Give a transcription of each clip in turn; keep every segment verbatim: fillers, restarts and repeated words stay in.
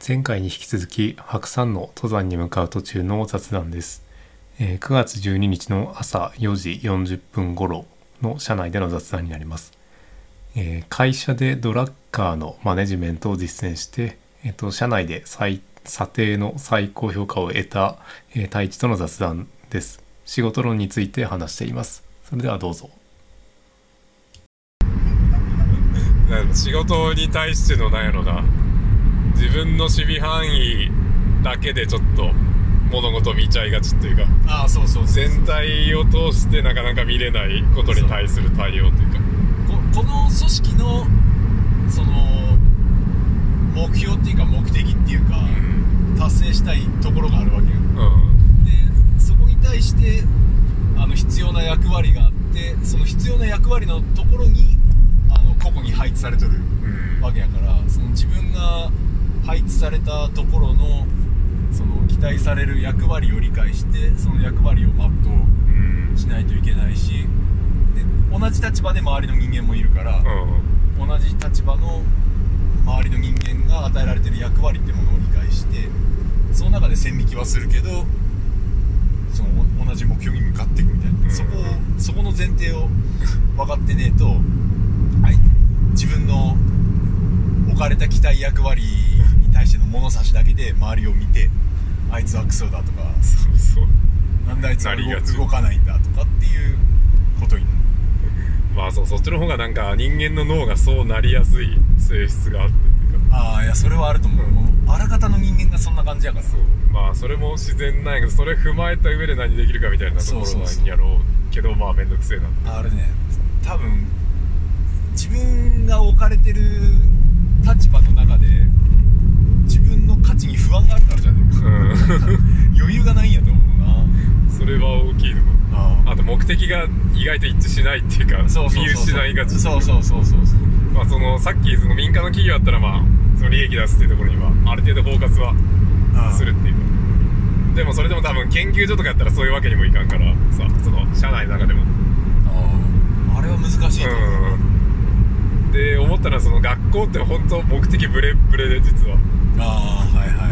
前回に引き続き白山の登山に向かう途中の雑談です。えー、くがつじゅうににちの朝よじよんじゅっぷん頃の車内での雑談になります。えー、会社でドラッカーのマネジメントを実践して、えー、と社内で最査定の最高評価を得た、えー、太一との雑談です。仕事論について話しています。それではどうぞ。 仕事に対してのなんやろな、自分の守備範囲だけでちょっと物事を見ちゃいがちっていうか、 ああそうそうそうそう、 全体を通してなかなか見れないことに対する対応というか、 こ, この組織のその目標っていうか目的っていうか、うん、達成したいところがあるわけよ、うん、でそこに対してあの必要な役割があって、その必要な役割のところにあの個々に配置されとるわけやから、うん、その自分が配置されたところのその期待される役割を理解して、その役割を全うしないといけないし、で同じ立場で周りの人間もいるから、うん、同じ立場の周りの人間が与えられている役割ってものを理解して、その中で線引きはするけど、その同じ目標に向かっていくみたいな、うん、そこをそこの前提を分かってねえと、はい、自分の置かれた期待役割に対しての物差しだけで周りを見て、あいつはクソだとか、 そうそう、 なんであいつは 動, 動かないんだとかっていうことになる。 まあそう、そっちの方がなんか人間の脳がそうなりやすい性質があってっていうか、 ああいやそれはあると思う、うん、もうあらかたの人間がそんな感じやから、 そう、まあそれも自然なんやけど、それ踏まえた上で何できるかみたいなところなんやろうけど、まあめんどくせえな。 あれね、多分自分が置かれてる立場の中で自分の価値に不安があるからじゃねえか、うん、余裕がないんやと思うな。 それは大きいと思う。 あ, あと目的が意外と一致しないっていうか、 そうそうそうそう、 見失いがち。 そうそうそうそうそう、 まあそのさっきその民間の企業だったら、まあその利益出すっていうところにはある程度フォーカスはするっていうか、でもそれでも多分研究所とかやったらそういうわけにもいかんからさ、その社内の中でもああれは難しいと思う、 うん、で思ったのは、その学校って本当目的ブレブレで、実はああはいはいはい、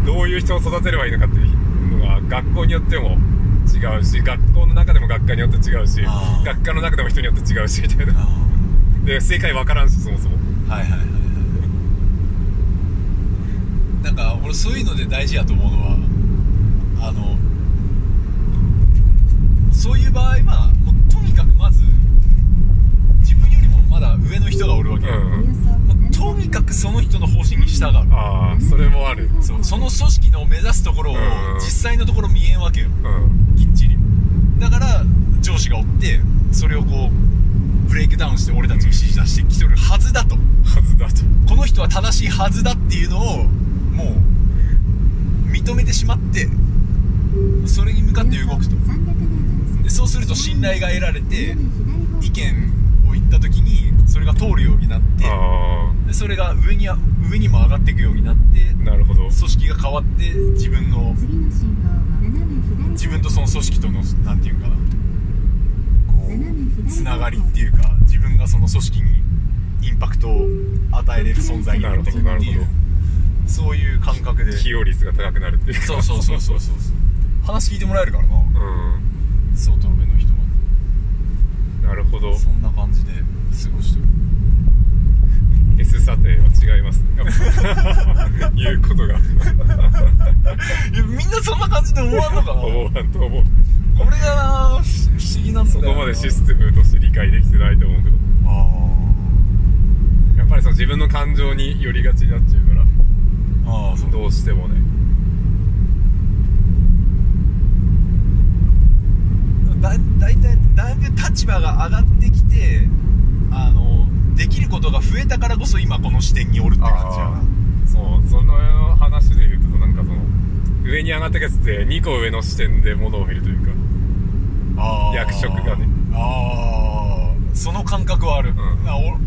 どういう人を育てればいいのかっていうのが学校によっても違うし、学校の中でも学科によって違うし、学科の中でも人によって違うしみたいな、で正解分からんし、そもそも。 はいはいはいはい。なんか俺そういうので大事やと思うのは、あのそういう場合はもうとにかくまず自分よりもまだ上の人がおるわけよ、うん、とにかくその人の方針に従う。 ああ、それもある。 そう、その組織の目指すところを実際のところ見えんわけよ、うん、きっちり。だから上司がおってそれをこうブレイクダウンして俺たちに指示出してきとるはずだと、 はずだと、 この人は正しいはずだっていうのをもう認めてしまって、それに向かって動くと。でそうすると信頼が得られて、意見を言った時にそれが通るようになって、でそれが上に上にも上がっていくようになって、 なるほど、 組織が変わって自分の自分とその組織とのなんていうかな、こうつながりっていうか、自分がその組織にインパクトを与えれる存在になっていくっていう、そういう感覚で起用率が高くなるっていう。 そうそうそうそうそう話聞いてもらえるからな、うん、相当上の人は。 なるほど、 そんな感じで過ごしてる。 S 査定は違いますね言うことがいやみんなそんな感じで思わんのかな思わんと思う。 これがな不思議なんだよな。 そこまでシステムとして理解できてないと思うけど、あやっぱりその自分の感情に寄りがちになっちゃうから、ああそう、どうしてもね。 だ, だいたいだいぶ立場が上がってきて、あのできることが増えたからこそ今この視点におるって感じやな。 そう、その話で言うと、なんかその上に上がったやつってにこ上の視点で物を見るというか、あ役職がね、 あその感覚はある、うん、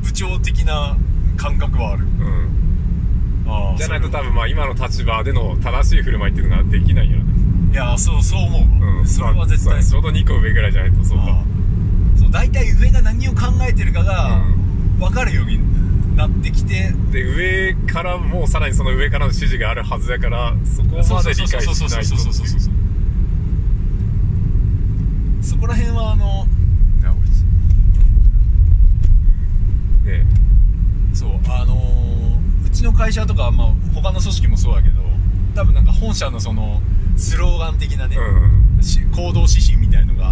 部長的な感覚はある、 うん、あじゃないと多分まあ今の立場での正しい振る舞いっていうのができないんやろね。 いやそうそう思うわ、うん、それは絶対、まあ、 ちょうどにこ上ぐらいじゃないと。そうか、 そう大体上が何を考えてるかが分かるようになってきて、 で上からもうさらにその上からの指示があるはずだから、そこまで理解しないと。 そうそうそうそうそうそうそう。そこら辺はあのね、 そうあのー、うちの会社とか、まあ、他の組織もそうだけど、多分なんか本社のそのスローガン的なね、うん、行動指針みたいのがあって、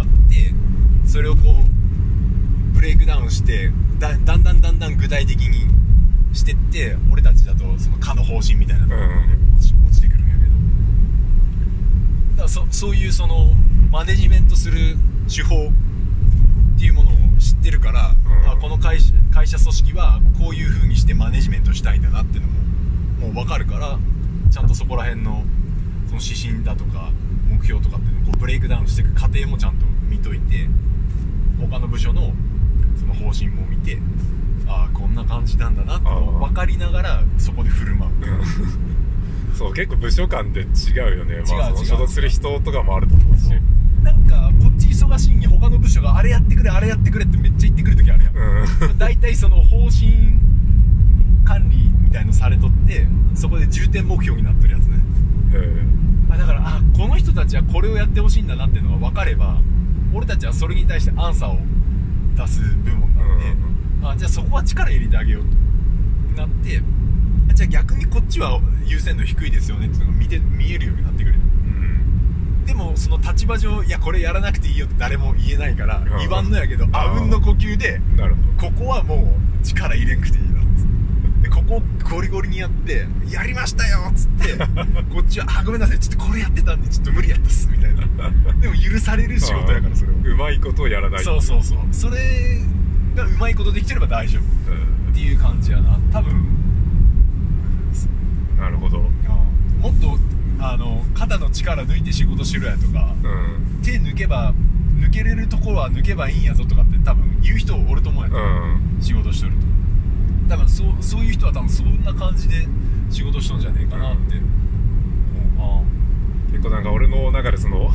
それをこうブレイクダウンしてだ, だんだんだんだん具体的にしてって、俺たちだとその課の方針みたいなのが、ね、うん、落, ち落ちてくるんやけど、だから そ, そういうそのマネジメントする手法っていうものを知ってるから、うん、あこの会 社, 会社組織はこういう風にしてマネジメントしたいんだなっていうのももう分かるから、ちゃんとそこら辺のその指針だとか目標とかっていうのをこうブレイクダウンしていく過程もちゃんと見といて、他の部署のその方針も見て、ああこんな感じなんだなって分かりながらそこで振る舞う、 うん、そう結構部署間で違うよね。 違う、 まあ、 違う、 その所属する人とかもあると思うし、 なんかこっち忙しいに他の部署があれやってくれあれやってくれってめっちゃ言ってくる時あるやん、うん、だいたいその方針管理みたいのされとって、そこで重点目標になってるやつね、あだからあこの人たちはこれをやってほしいんだなっていうのが分かれば、俺たちはそれに対してアンサーを出す部門なんで、うん、あじゃあそこは力入れてあげようとなって、じゃあ逆にこっちは優先度低いですよねっていうのが 見, て見えるようになってくる、うん、でもその立場上いやこれやらなくていいよって誰も言えないから、うん、言わんのやけどあうんの呼吸で、ここはもう力入れんくていいなっつって、でここゴリゴリにやってやりましたよっつってこっちはあごめんなさいちょっとこれやってたんでちょっと無理やったっすみたいなでも許される仕事やから、それをうまいことをやらない、 そうそうそう、それがうまいことできてれば大丈夫、うん、っていう感じやな多分、うん、 なるほど、うん、 もっとあの肩の力抜いて仕事しろやとか、うん、手抜けば抜けれるところは抜けばいいんやぞとかって多分言う人おると思うんや、うん、仕事しとると多分そう、そういう人は多分そんな感じで仕事しとんじゃねえかなって、うん、あ結構なんか俺の中でその、うん、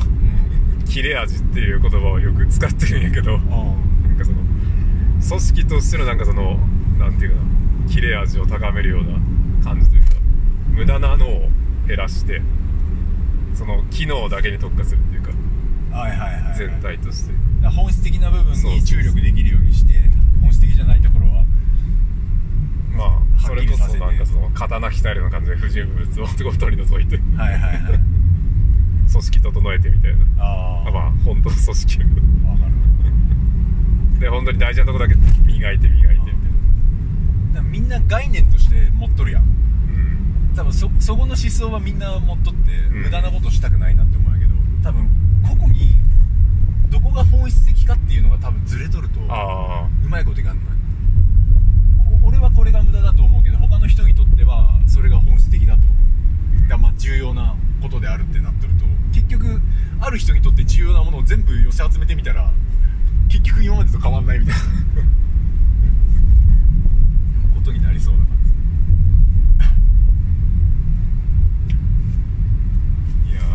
切れ味っていう言葉をよく使ってるんやけど、なんかその組織としてのなんかそのなんていうかな、切れ味を高めるような感じというか、無駄なのを減らしてその機能だけに特化するっていうか、 はいはいはいはい、 全体として本質的な部分に注力できるようにして、本質的じゃないところはまあそれこそなんかその刀鍛えるような感じで不純物を取り除いてはいはいはい組織整えてみたいな、 ああまあ本当の組織わかるで本当に大事なとこだけ磨いて磨いてみたいな、みんな概念として持っとるやん、うん、多分 そ, そこの思想はみんな持っとって、うん、無駄なことしたくないなって思うんやけど、多分個々にどこが本質的かっていうのが多分ずれとるとあうまいこといかんの。俺はこれが無駄だと思うけど他の人にとってはそれが本質的だと、だまあ重要なことであるってなっとると、結局ある人にとって重要なものを全部寄せ集めてみたら結局今までと変わんないみたいなことになりそうな感じ。いや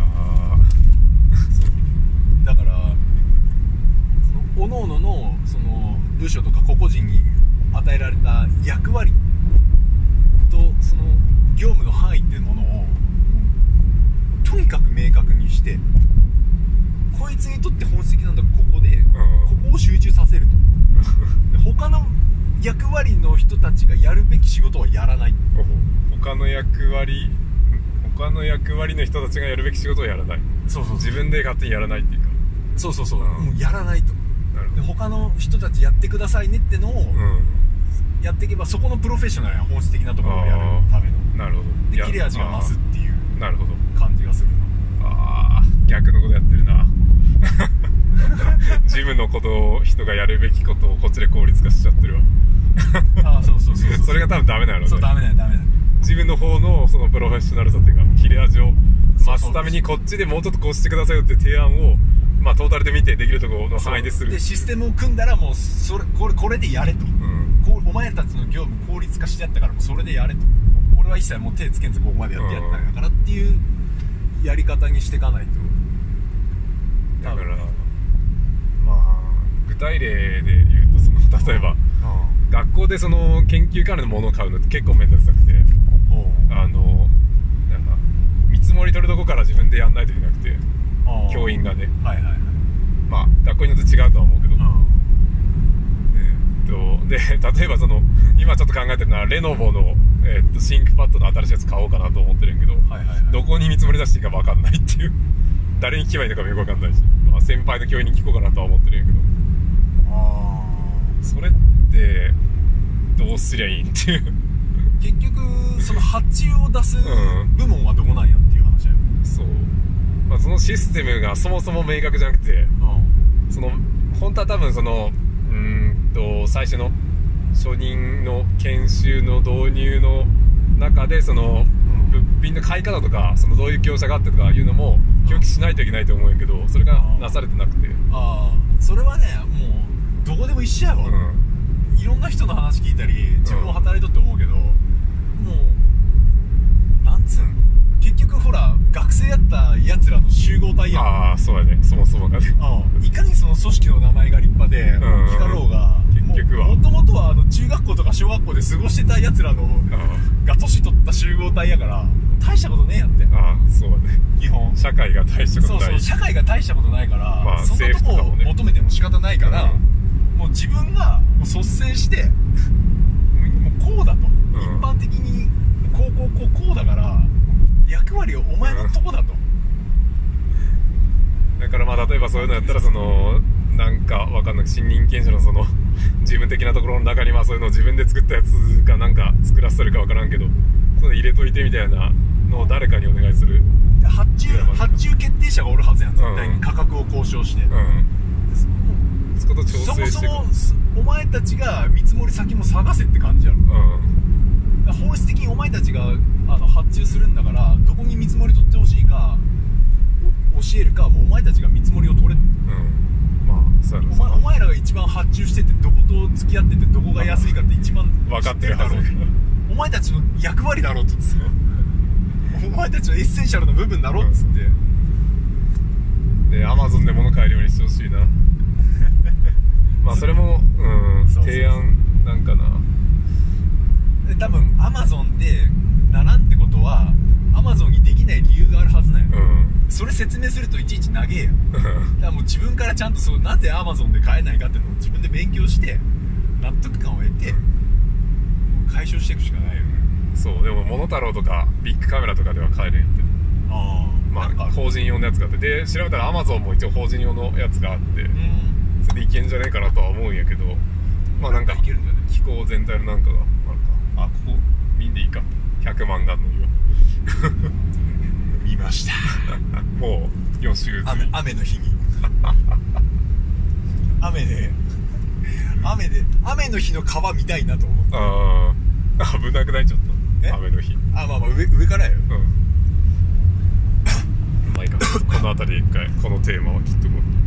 ーだからその各々のその部署とか個々人に与えられた役割とその業務の範囲っていうものをとにかく明確にして、こいつにとって本質的なんだここで、うん、ここを集中させると他の役割の人たちがやるべき仕事はやらない、 他の役割他の役割の人たちがやるべき仕事をやらない、 そうそうそう、 自分で勝手にやらないっていうか、 そうそうそう、うん、もうやらないと、で他の人たちやってくださいねってのを、うんやっていけばそこのプロフェッショナルや本質的なところをやるための、 なるほど、 で切れ味が増すっていうなるほど感じがするな。 あー逆のことやってるな事務のことを人がやるべきことをこっちで効率化しちゃってるわあーそうそうそうそうそれが多分ダメなのね。 そうダメだよダメだよ、 自分の方のそのプロフェッショナルさっていうか切れ味を増すためにこっちでもうちょっとこうしてくださいよって提案をまあトータルで見てできるところの範囲でする。 でシステムを組んだらもうそれこれこれでやれと、うん、こうお前たちの業務効率化してやったからもうそれでやれと、俺は一切もう手つけんずここまでやってやったんだからっていうやり方にしていかないと。 だからまあ具体例で言うとその例えば、うん、 学校でその研究関連のものを買うのって結構面倒くさくて、あのなんか見積もり取るとこから自分でやんないといけなくて、教員がね、 はいはいはい、 まあ学校によって違うとは思うけど、えー、っとで例えばその今ちょっと考えてるのはレノボの、えー、っとシンクパッドの新しいやつ買おうかなと思ってるんやけど、はいはいはい、どこに見積もり出していいか分かんないっていう誰に聞けばいいのかもよく分かんないし、まあ、先輩の教員に聞こうかなとは思ってるんやけど、あそれってどうすりゃいいんっていう結局その発注を出す部門はどこなんやっていう話だよ、 うん、そう、まあ、そのシステムがそもそも明確じゃなくて、うん、その本当は多分そのうーんと最初の初任の研修の導入の中でその物品の買い方とかそのどういう業者があってとかいうのも表記しないといけないと思うんやけど、それがなされてなくて、 ああそれはねもうどこでも一緒やわ、うん、いろんな人の話聞いたり自分も働いとって思うけど、うん、もうなんつうん結局ほら学生やったやつらの集合体やん。 ああそうやね、そもそもがね、 いかにその組織の名前が立派で大きかろうが、 結局はもともとはあの中学校とか小学校で過ごしてたやつらのが年取った集合体やから大したことねえやって。 ああそうだね、 基本社会が大したことない。 そうそう社会が大したことないから、まあ、そんなとこを求めても仕方ないから、うん、もう自分がもう率先してもうこうだと、うん、一般的にこうこうこうこうだから役割をお前のとこだと、 うん、だからまあ例えばそういうのやったらそのなんかわかんない新任研修のその事務的なところの中にまあそういうのを自分で作ったやつがなんか作らせるかわからんけどそういうの入れといてみたいなのを誰かにお願いする。 発注発注決定者がおるはずやん絶対に、うん、価格を交渉して、うん、 そこと調整してそもそもお前たちが見積もり先も探せって感じやろ、うん、本質的にお前たちがあの発注するんだからどこに見積もり取ってほしいか教えるかもうお前たちが見積もりを取れ、うん、まあそうやな、お前、お前らが一番発注しててどこと付き合っててどこが安いかって一番分かってるだろうお前たちの役割だろうとお前たちのエッセンシャルな部分だろっつって、 うん、でアマゾンで物買えるようにしてほしいなまあそれも、うん、そうそうそう提案なんかな。 で多分アマゾンでならんってことはアマゾンにできない理由があるはずなんや、うん、それ説明するといちいち長えやだからもう自分からちゃんとそうなぜアマゾンで買えないかっていうのを自分で勉強して納得感を得てもう解消していくしかないよね。 そうでもモノタロウとかビッグカメラとかでは買えるんやって。ああまあ法人用のやつがあってで調べたらアマゾンも一応法人用のやつがあって、うん、それでいけんじゃねえかなとは思うんやけどまあなんか気候全体のなんかがあここ見んでいいかひゃくまんがあるのには見ましたもうよん週雨, 雨の日に雨で雨で雨の日の川見たいなと思って。 ああ危なくないちょっと雨の日。 あまあまあ 上, 上からやよ。うんまあいいかこの辺りで一回このテーマは切っとこう。